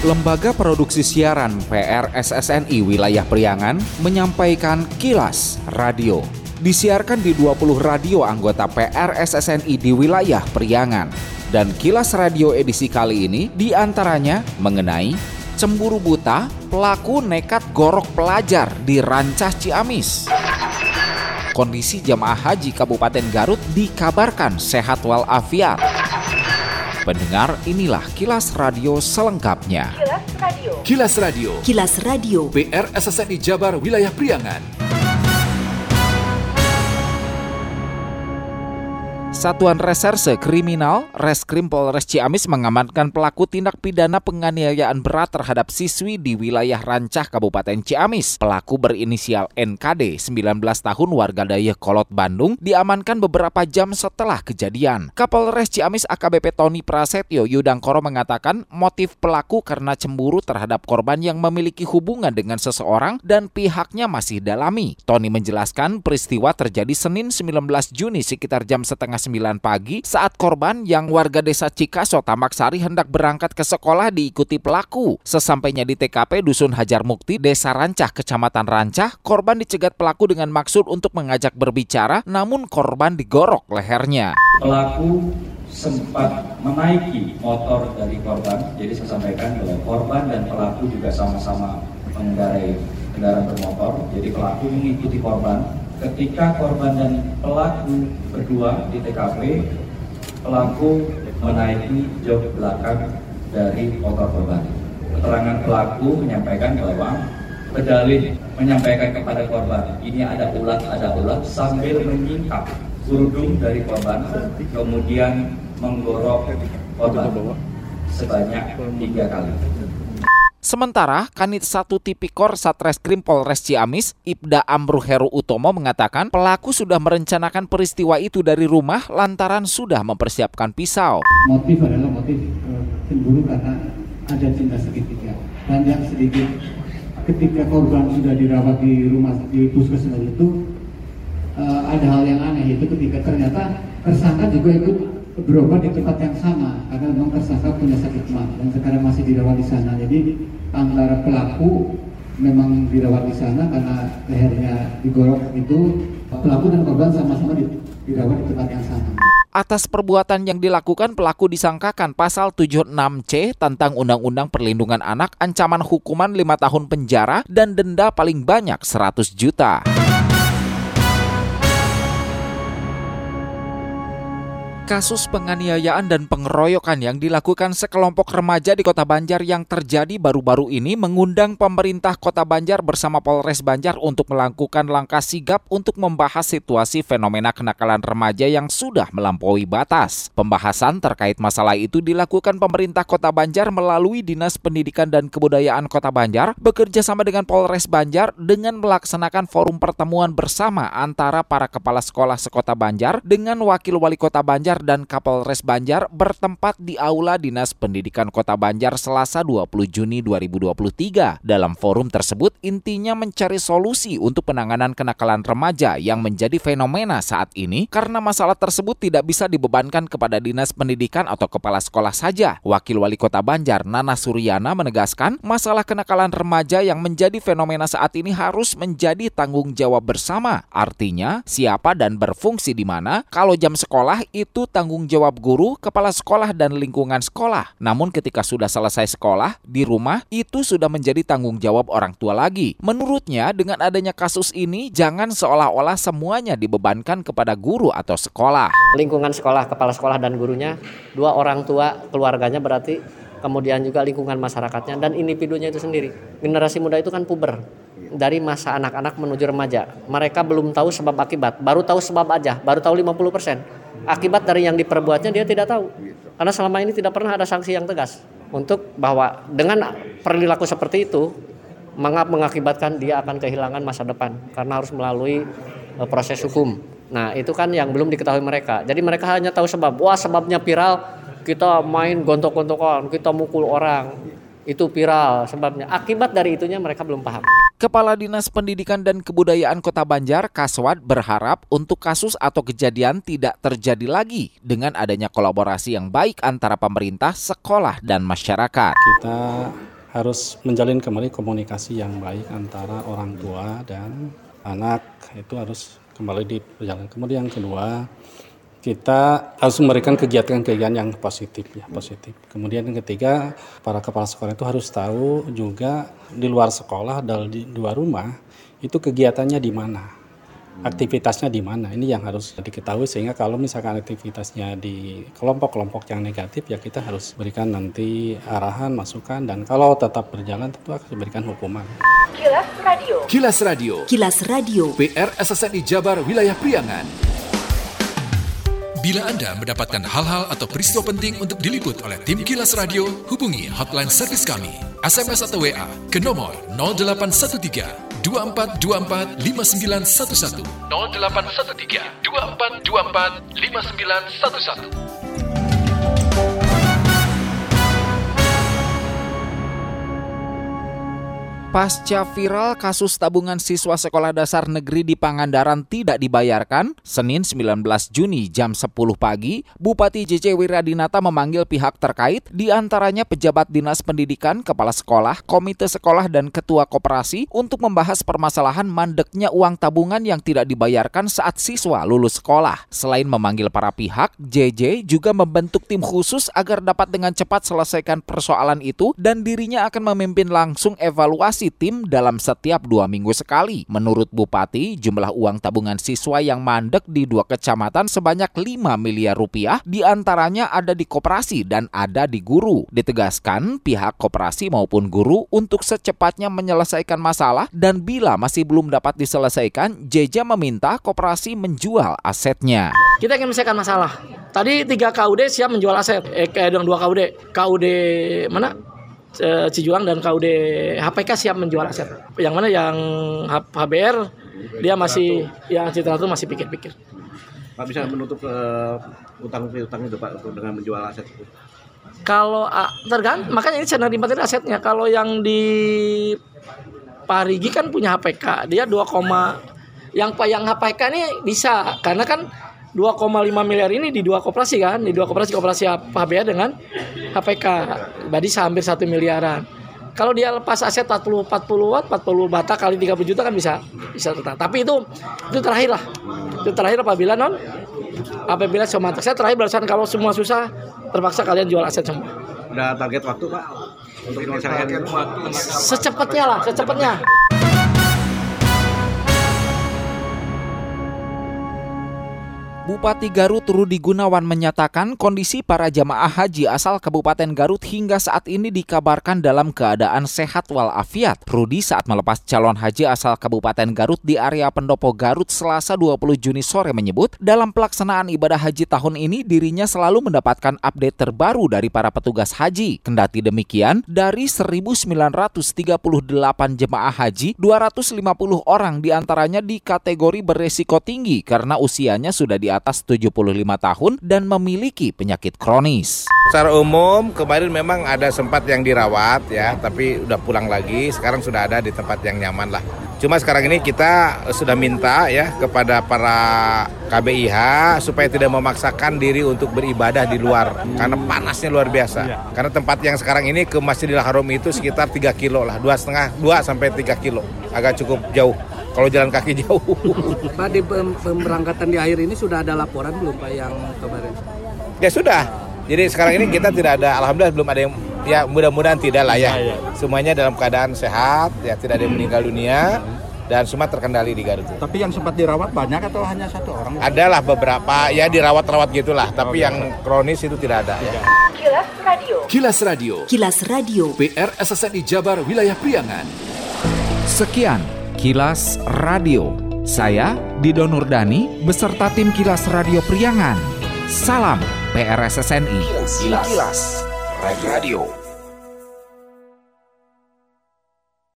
Lembaga Produksi Siaran PRSSNI Wilayah Priangan menyampaikan Kilas Radio. Disiarkan di 20 radio anggota PRSSNI di wilayah Priangan. Dan Kilas Radio edisi kali ini diantaranya mengenai cemburu buta, pelaku nekat gorok pelajar di Rancah Ciamis. Kondisi jamaah haji Kabupaten Garut dikabarkan sehat walafiat. Pendengar, inilah Kilas Radio selengkapnya. Kilas Radio. Kilas Radio. Kilas Radio. PRSSNI Jabar Wilayah Priangan. Satuan Reserse Kriminal Reskrim Polres Ciamis mengamankan pelaku tindak pidana penganiayaan berat terhadap siswi di wilayah Rancah Kabupaten Ciamis. Pelaku berinisial NKD, 19 tahun warga Dayakolot, Bandung, diamankan beberapa jam setelah kejadian. Kapolres Ciamis AKBP Tony Prasetyo Yudangkoro mengatakan motif pelaku karena cemburu terhadap korban yang memiliki hubungan dengan seseorang dan pihaknya masih dalami. Tony menjelaskan peristiwa terjadi Senin 19 Juni sekitar jam setengah 9 pagi saat korban yang warga desa Cikaso, Tambak Sari hendak berangkat ke sekolah diikuti pelaku. Sesampainya di TKP Dusun Hajar Mukti, Desa Rancah, Kecamatan Rancah, korban dicegat pelaku dengan maksud untuk mengajak berbicara, namun korban digorok lehernya. Pelaku sempat menaiki motor dari korban, jadi saya sampaikan bahwa korban dan pelaku juga sama-sama mengendarai kendaraan bermotor, jadi pelaku mengikuti korban. Ketika korban dan pelaku berdua di TKP, pelaku menaiki jok belakang dari motor korban. Keterangan pelaku menyampaikan bahwa berdalih menyampaikan kepada korban, ini ada ulat sambil menyingkap kerudung dari korban, kemudian menggorok korban sebanyak 3 kali. Sementara, Kanit 1 Tipikor Satreskrim Polres Ciamis, Ibda Amru Heru Utomo mengatakan pelaku sudah merencanakan peristiwa itu dari rumah lantaran sudah mempersiapkan pisau. Motif adalah motif cemburu karena ada cinta segitiga. Dan yang sedikit, ketika korban sudah dirawat di rumah di puskesmas itu, ada hal yang aneh, itu ketika ternyata tersangka juga ikut berobat di tempat yang sama karena memang tersangka punya sakit mah dan sekarang masih dirawat di sana. Jadi antara pelaku memang dirawat di sana karena lehernya digorok itu, pelaku dan korban sama-sama dirawat di tempat yang sama. Atas perbuatan yang dilakukan, pelaku disangkakan pasal 76C tentang Undang-Undang Perlindungan Anak, ancaman hukuman 5 tahun penjara dan denda paling banyak 100 juta. Kasus penganiayaan dan pengeroyokan yang dilakukan sekelompok remaja di Kota Banjar yang terjadi baru-baru ini mengundang pemerintah Kota Banjar bersama Polres Banjar untuk melakukan langkah sigap untuk membahas situasi fenomena kenakalan remaja yang sudah melampaui batas. Pembahasan terkait masalah itu dilakukan pemerintah Kota Banjar melalui Dinas Pendidikan dan Kebudayaan Kota Banjar bekerja sama dengan Polres Banjar dengan melaksanakan forum pertemuan bersama antara para kepala sekolah sekota Banjar dengan Wakil Wali Kota Banjar dan Kapolres Banjar bertempat di Aula Dinas Pendidikan Kota Banjar Selasa 20 Juni 2023. Dalam forum tersebut intinya mencari solusi untuk penanganan kenakalan remaja yang menjadi fenomena saat ini karena masalah tersebut tidak bisa dibebankan kepada Dinas Pendidikan atau kepala sekolah saja. Wakil Wali Kota Banjar Nana Suryana menegaskan masalah kenakalan remaja yang menjadi fenomena saat ini harus menjadi tanggung jawab bersama. Artinya siapa dan berfungsi di mana. Kalau jam sekolah itu tanggung jawab guru, kepala sekolah, dan lingkungan sekolah. Namun ketika sudah selesai sekolah, di rumah itu sudah menjadi tanggung jawab orang tua lagi. Menurutnya, dengan adanya kasus ini, jangan seolah-olah semuanya dibebankan kepada guru atau sekolah. Lingkungan sekolah, kepala sekolah, dan gurunya, 2 orang tua keluarganya berarti, kemudian juga lingkungan masyarakatnya, dan individunya itu sendiri. Generasi muda itu kan puber. Dari masa anak-anak menuju remaja. Mereka belum tahu sebab akibat, baru tahu sebab aja, baru tahu 50%. Akibat dari yang diperbuatnya dia tidak tahu. Karena selama ini tidak pernah ada sanksi yang tegas. Untuk bahwa dengan perilaku seperti itu, mengakibatkan dia akan kehilangan masa depan. Karena harus melalui proses hukum. Nah itu kan yang belum diketahui mereka. Jadi mereka hanya tahu sebab. Wah sebabnya viral, kita main gontok-gontokan, kita mukul orang. Itu viral sebabnya. Akibat dari itunya mereka belum paham. Kepala Dinas Pendidikan dan Kebudayaan Kota Banjar, Kaswad, berharap untuk kasus atau kejadian tidak terjadi lagi dengan adanya kolaborasi yang baik antara pemerintah, sekolah, dan masyarakat. Kita harus menjalin kembali komunikasi yang baik antara orang tua dan anak, itu harus kembali dijalankan. Kemudian yang kedua, kita harus memberikan kegiatan-kegiatan yang positif. Kemudian yang ketiga, para kepala sekolah itu harus tahu juga di luar sekolah dan di luar rumah itu kegiatannya di mana, aktivitasnya di mana. Ini yang harus diketahui, sehingga kalau misalkan aktivitasnya di kelompok-kelompok yang negatif, ya kita harus berikan nanti arahan, masukan, dan kalau tetap berjalan tentu akan diberikan hukuman. Kilas Radio. Kilas Radio. Kilas Radio. PR SSNI Jabar Wilayah Priangan. Bila Anda mendapatkan hal-hal atau peristiwa penting untuk diliput oleh tim Kilas Radio, hubungi hotline servis kami, SMS atau WA ke nomor 0813 2424 5911 0813 2424 5911. Pasca viral kasus tabungan siswa sekolah dasar negeri di Pangandaran tidak dibayarkan, Senin 19 Juni jam 10 pagi, Bupati JJ Wiradinata memanggil pihak terkait, diantaranya pejabat dinas pendidikan, kepala sekolah, komite sekolah, dan ketua koperasi untuk membahas permasalahan mandeknya uang tabungan yang tidak dibayarkan saat siswa lulus sekolah. Selain memanggil para pihak, JJ juga membentuk tim khusus agar dapat dengan cepat selesaikan persoalan itu dan dirinya akan memimpin langsung evaluasi tim dalam setiap 2 minggu sekali. Menurut Bupati, jumlah uang tabungan siswa yang mandek di 2 kecamatan sebanyak 5 miliar rupiah, diantaranya ada di koperasi dan ada di guru. Ditegaskan pihak koperasi maupun guru untuk secepatnya menyelesaikan masalah, dan bila masih belum dapat diselesaikan, JJ meminta koperasi menjual asetnya. Kita ingin menyelesaikan masalah. Tadi 3 KUD siap menjual aset. 2 KUD. KUD mana? Cijulang dan KUD HPK siap menjual aset. Yang mana yang HBR dia masih, yang Citra itu masih pikir-pikir. Pak bisa menutup utang itu Pak dengan menjual aset itu? Kalau tergantung, makanya ini sedang dimatiin asetnya. Kalau yang di Parigi kan punya HPK, dia 2, yang HPK ini bisa karena kan 2,5 miliar ini di 2 koperasi kan, di 2 koperasi HBR dengan HPK, berarti hampir 1 miliaran. Kalau dia lepas aset 40 bata kali 30 juta kan bisa tetap. Tapi itu terakhir lah. Itu terakhir apabila semua saya terakhir balasan kalau semua susah terpaksa kalian jual aset semua. Ada target waktu Pak untuk menyelesaikan secepatnya. Bupati Garut Rudi Gunawan menyatakan kondisi para jamaah haji asal Kabupaten Garut hingga saat ini dikabarkan dalam keadaan sehat walafiat. Rudi saat melepas calon haji asal Kabupaten Garut di area Pendopo Garut Selasa 20 Juni sore menyebut, dalam pelaksanaan ibadah haji tahun ini dirinya selalu mendapatkan update terbaru dari para petugas haji. Kendati demikian, dari 1.938 jemaah haji, 250 orang diantaranya di kategori beresiko tinggi karena usianya sudah di atas 75 tahun dan memiliki penyakit kronis. Secara umum kemarin memang ada sempat yang dirawat ya, tapi udah pulang lagi. Sekarang sudah ada di tempat yang nyaman lah. Cuma sekarang ini kita sudah minta ya kepada para KBIH supaya tidak memaksakan diri untuk beribadah di luar karena panasnya luar biasa. Karena tempat yang sekarang ini ke Masjidil Haram itu sekitar 3 kilo lah, 2,5 sampai 3 kilo. Agak cukup jauh. Kalau jalan kaki jauh. Pak, di pemberangkatan di akhir ini sudah ada laporan belum Pak yang kemarin? Ya sudah. Jadi sekarang ini kita tidak ada, alhamdulillah belum ada yang, ya mudah-mudahan tidak lah ya. Semuanya dalam keadaan sehat, ya tidak ada yang meninggal dunia dan semua terkendali di Garut. Tapi yang sempat dirawat banyak atau hanya 1 orang? Adalah beberapa, ya dirawat-rawat gitulah, tapi yang kronis itu tidak ada. Ya. Kilas Radio. Kilas Radio. Kilas Radio. PR SSNI Jabar Wilayah Priangan. Sekian Kilas Radio. Saya Dido Nurdani beserta tim Kilas Radio Priangan. Salam PRSSNI. Kilas Radio.